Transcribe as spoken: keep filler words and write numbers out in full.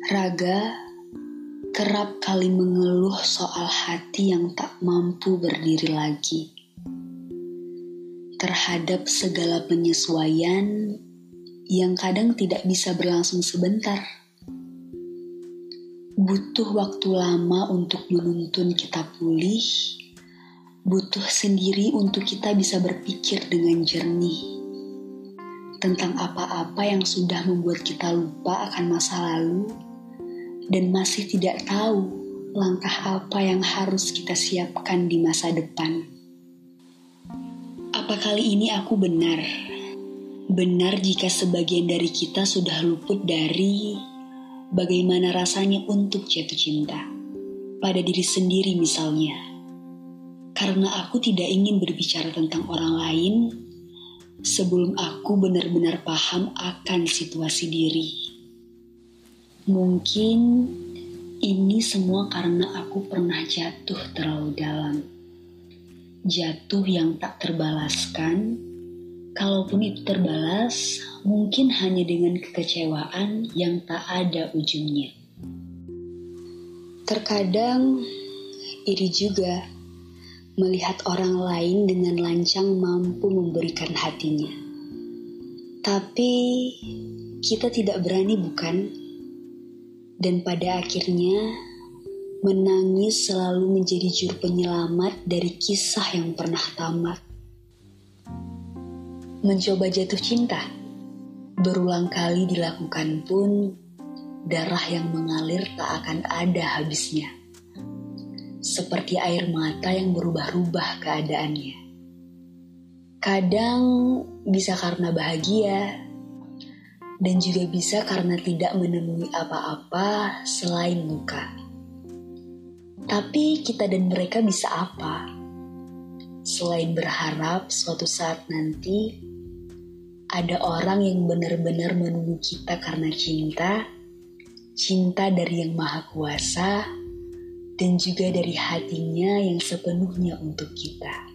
Raga kerap kali mengeluh soal hati yang tak mampu berdiri lagi terhadap segala penyesuaian yang kadang tidak bisa berlangsung sebentar. Butuh waktu lama untuk menuntun kita pulih, butuh sendiri untuk kita bisa berpikir dengan jernih tentang apa-apa yang sudah membuat kita lupa akan masa lalu dan masih tidak tahu langkah apa yang harus kita siapkan di masa depan. Apa kali ini aku benar? Benar jika sebagian dari kita sudah luput dari bagaimana rasanya untuk jatuh cinta pada diri sendiri misalnya. Karena aku tidak ingin berbicara tentang orang lain sebelum aku benar-benar paham akan situasi diri. Mungkin ini semua karena aku pernah jatuh terlalu dalam. Jatuh yang tak terbalaskan. Kalaupun itu terbalas, mungkin hanya dengan kekecewaan yang tak ada ujungnya. Terkadang iri juga melihat orang lain dengan lancang mampu memberikan hatinya. Tapi kita tidak berani, bukan? Dan pada akhirnya menangis selalu menjadi juru penyelamat dari kisah yang pernah tamat. Mencoba jatuh cinta berulang kali dilakukan pun darah yang mengalir tak akan ada habisnya. Seperti air mata yang berubah-ubah keadaannya. Kadang bisa karena bahagia dan juga bisa karena tidak menemui apa-apa selain luka. Tapi kita dan mereka bisa apa? Selain berharap suatu saat nanti ada orang yang benar-benar menunggu kita karena cinta, cinta dari Yang Maha Kuasa, dan juga dari hatinya yang sepenuhnya untuk kita.